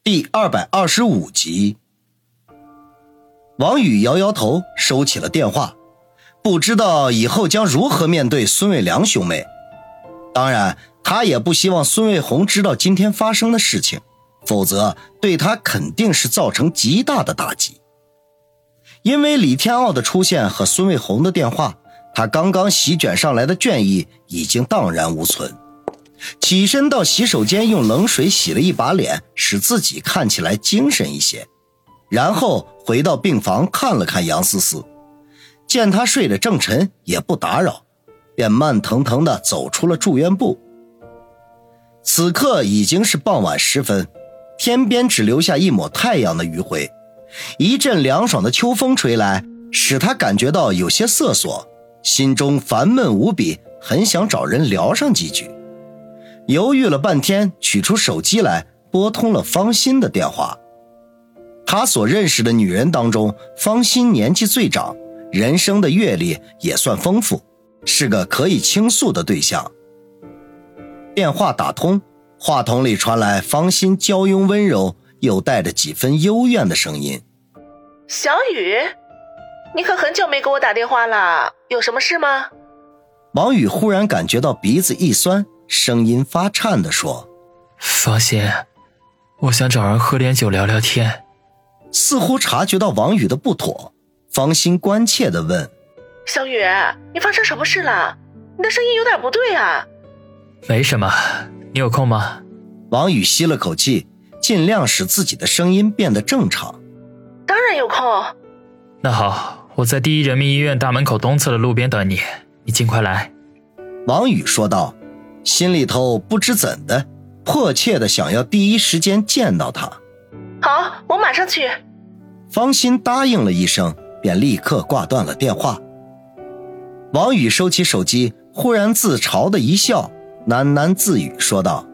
第225集。王宇摇摇头，收起了电话，不知道以后将如何面对孙卫良兄妹。当然，他也不希望孙卫红知道今天发生的事情，否则对他肯定是造成极大的打击。因为李天傲的出现和孙卫红的电话，他刚刚席卷上来的倦意已经荡然无存。起身到洗手间用冷水洗了一把脸，使自己看起来精神一些，然后回到病房看了看杨思思，见她睡得正沉也不打扰，便慢腾腾地走出了住院部。此刻已经是傍晚时分，天边只留下一抹太阳的余晖，一阵凉爽的秋风吹来，使他感觉到有些瑟索，心中烦闷无比，很想找人聊上几句。犹豫了半天，取出手机来拨通了方心的电话。他所认识的女人当中，方心年纪最长，人生的阅历也算丰富，是个可以倾诉的对象。电话打通，话筒里传来方心娇慵温柔又带着几分幽怨的声音。 小雨，你可很久没给我打电话了，有什么事吗？ 王宇忽然感觉到鼻子一酸，声音发颤地说： 方心，我想找人喝点酒聊聊天。 似乎察觉到王宇的不妥，方心关切地问： 小雨，你发生什么事了？你的声音有点不对啊。 没什么，你有空吗？ 王宇吸了口气，尽量使自己的声音变得正常。 当然有空。 那好，我在第一人民医院大门口东侧的路边等你，你尽快来。 王宇说道，心里头不知怎的，迫切地想要第一时间见到他。 好，我马上去。 方心答应了一声，便立刻挂断了电话。王宇收起手机，忽然自嘲的一笑，喃喃自语说道：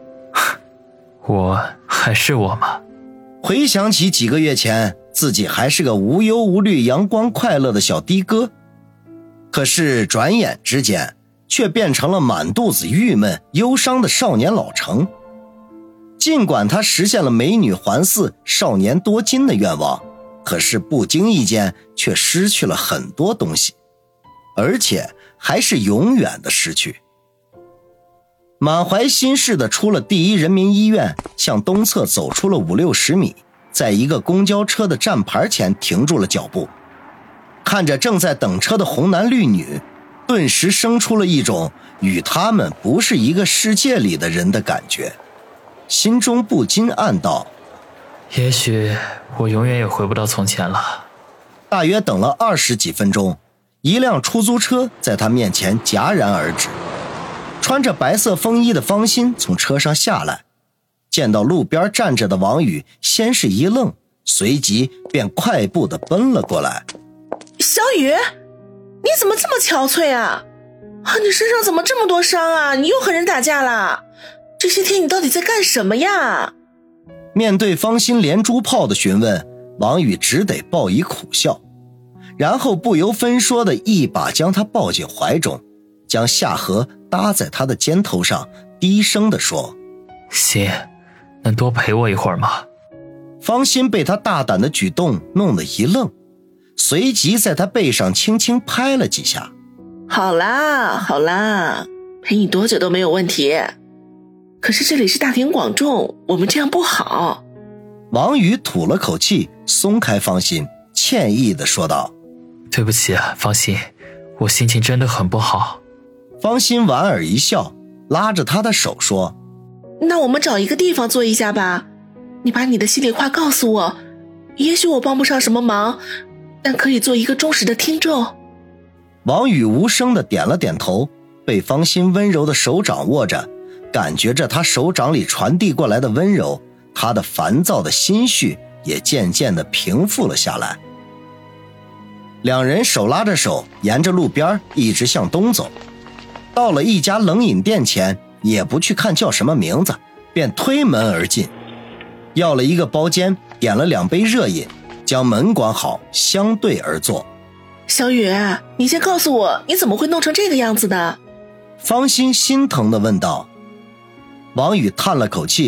我还是我吗？ 回想起几个月前，自己还是个无忧无虑、阳光快乐的小的哥，可是转眼之间却变成了满肚子郁闷忧伤的少年老成。尽管他实现了美女环伺、少年多金的愿望，可是不经意间却失去了很多东西，而且还是永远的失去。满怀心事的出了第一人民医院，向东侧走出了50-60米，在一个公交车的站牌前停住了脚步，看着正在等车的红男绿女，顿时生出了一种与他们不是一个世界里的人的感觉，心中不禁暗道： 也许我永远也回不到从前了。 大约等了20几分钟，一辆出租车在他面前戛然而止。穿着白色风衣的方心从车上下来，见到路边站着的王宇，先是一愣，随即便快步地奔了过来。 小雨，你怎么这么憔悴啊？你身上怎么这么多伤啊？你又和人打架了？这些天你到底在干什么呀？ 面对方心连珠炮的询问，王宇只得报以苦笑，然后不由分说的一把将他抱进怀中，将下颌搭在他的肩头上，低声地说： 心，能多陪我一会儿吗？ 方心被他大胆的举动弄得一愣，随即在他背上轻轻拍了几下。 好啦好啦，陪你多久都没有问题，可是这里是大庭广众，我们这样不好。 王宇吐了口气，松开方心，歉意地说道： 对不起啊，方心，我心情真的很不好。 方心莞尔一笑，拉着他的手说： 那我们找一个地方坐一下吧，你把你的心里话告诉我，也许我帮不上什么忙，但可以做一个忠实的听众。 王宇无声地点了点头，被方心温柔的手掌握着，感觉着他手掌里传递过来的温柔，他的烦躁的心绪也渐渐地平复了下来。两人手拉着手，沿着路边一直向东走，到了一家冷饮店前，也不去看叫什么名字，便推门而进，要了一个包间，点了2杯热饮，将门关好，相对而坐。 小雨，你先告诉我，你怎么会弄成这个样子的？ 方心心疼地问道。王宇叹了口气，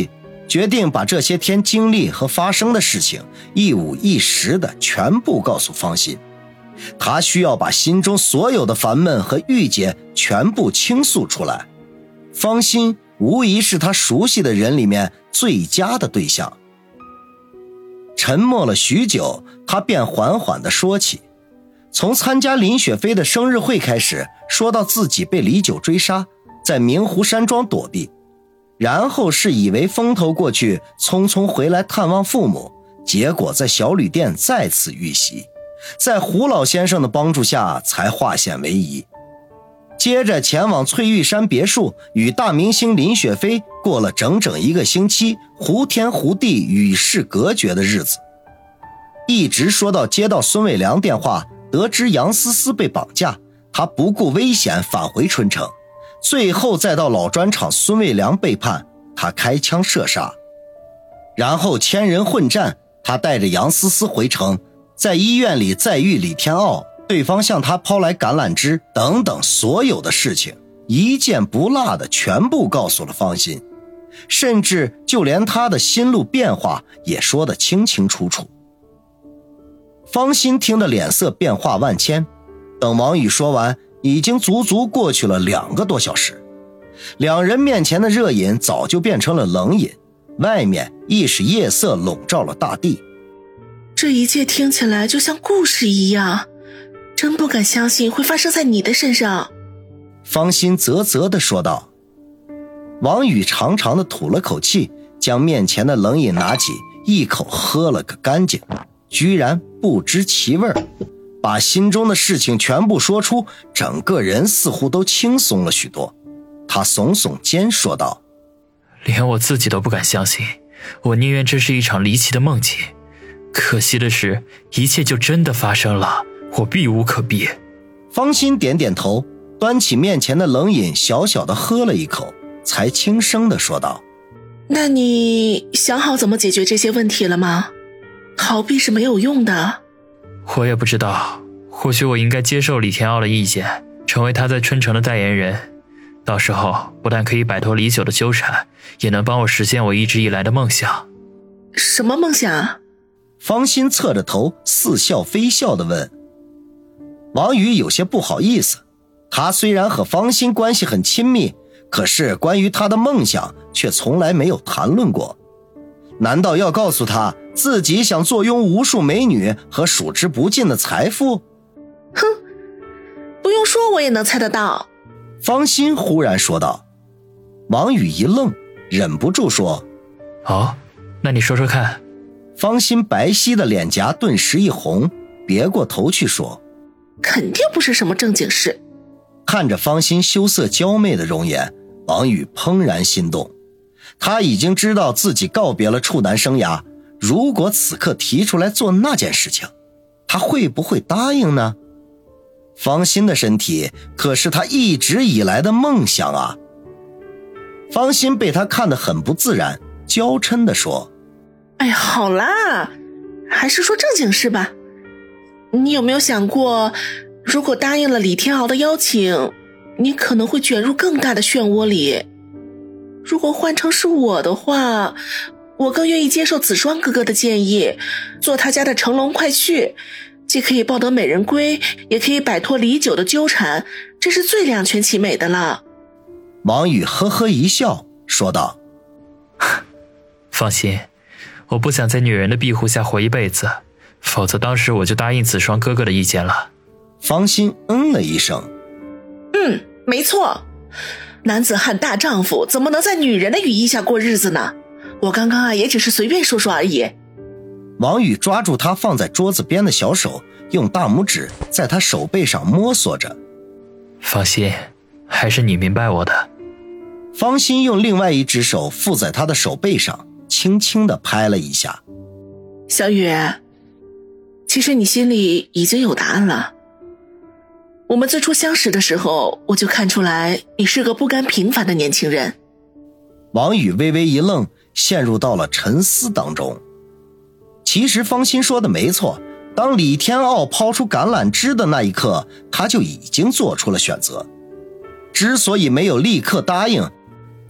决定把这些天经历和发生的事情一五一十的全部告诉方心。他需要把心中所有的烦闷和郁结全部倾诉出来。方心无疑是他熟悉的人里面最佳的对象。沉默了许久，他便缓缓地说起，从参加林雪飞的生日会开始，说到自己被李九追杀，在明湖山庄躲避，然后是以为风头过去，匆匆回来探望父母，结果在小旅店再次遇袭，在胡老先生的帮助下才化险为夷。接着前往翠玉山别墅，与大明星林雪飞过了整整1个星期胡天胡地与世隔绝的日子，一直说到接到孙伟良电话，得知杨思思被绑架，他不顾危险返回春城，最后再到老砖厂孙伟良背叛，他开枪射杀，然后千人混战，他带着杨思思回城，在医院里再遇李天傲，对方向他抛来橄榄枝等等，所有的事情一件不落的全部告诉了方心，甚至就连他的心路变化也说得清清楚楚。方心听得脸色变化万千，等王宇说完，已经足足过去了2个多小时，两人面前的热饮早就变成了冷饮，外面亦是夜色笼罩了大地。 这一切听起来就像故事一样，真不敢相信会发生在你的身上。 方心啧啧地说道。王宇长长地吐了口气，将面前的冷饮拿起，一口喝了个干净，居然不知其味，把心中的事情全部说出，整个人似乎都轻松了许多。他耸耸肩说道， 连我自己都不敢相信，我宁愿这是一场离奇的梦境，可惜的是一切就真的发生了，我避无可避。 方心点点头，端起面前的冷饮小小的喝了一口，才轻声地说道， 那你想好怎么解决这些问题了吗？逃避是没有用的。 我也不知道，或许我应该接受李天傲的意见，成为他在春城的代言人，到时候不但可以摆脱李九的纠缠，也能帮我实现我一直以来的梦想。 什么梦想？ 方心侧着头似笑非笑地问。王宇有些不好意思，他虽然和方心关系很亲密，可是关于他的梦想却从来没有谈论过。难道要告诉他自己想坐拥无数美女和数之不尽的财富？ 哼，不用说我也能猜得到。 方心忽然说道。王宇一愣，忍不住说， 哦，那你说说看。 方心白皙的脸颊顿时一红，别过头去说， 肯定不是什么正经事。 看着方心羞涩娇媚的容颜，王宇怦然心动。他已经知道自己告别了处男生涯，如果此刻提出来做那件事情，他会不会答应呢？方心的身体可是他一直以来的梦想啊。方心被他看得很不自然，娇嗔地说， 哎，好啦，还是说正经事吧。你有没有想过，如果答应了李天傲的邀请，你可能会卷入更大的漩涡里。如果换成是我的话，我更愿意接受子双哥哥的建议，做他家的乘龙快婿，既可以抱得美人归，也可以摆脱李九的纠缠，这是最两全其美的了。 王宇呵呵一笑说道， 放心，我不想在女人的庇护下活一辈子，否则当时我就答应子双哥哥的意见了。 方心了一声， 没错，男子汉大丈夫怎么能在女人的羽翼下过日子呢？我刚刚也只是随便说说而已。 王宇抓住他放在桌子边的小手，用大拇指在他手背上摸索着。 放心，还是你明白我的。 方心用另外一只手附在他的手背上，轻轻地拍了一下。 小雨，其实你心里已经有答案了。我们最初相识的时候，我就看出来你是个不甘平凡的年轻人。 王宇微微一愣，陷入到了沉思当中。其实方心说的没错，当李天傲抛出橄榄枝的那一刻，他就已经做出了选择。之所以没有立刻答应，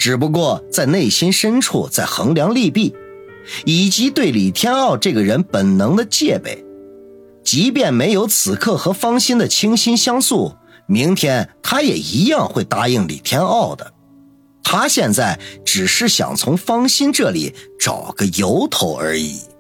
只不过在内心深处在衡量利弊，以及对李天傲这个人本能的戒备。即便没有此刻和方心的倾心相诉，明天他也一样会答应李天傲的。他现在只是想从方心这里找个由头而已。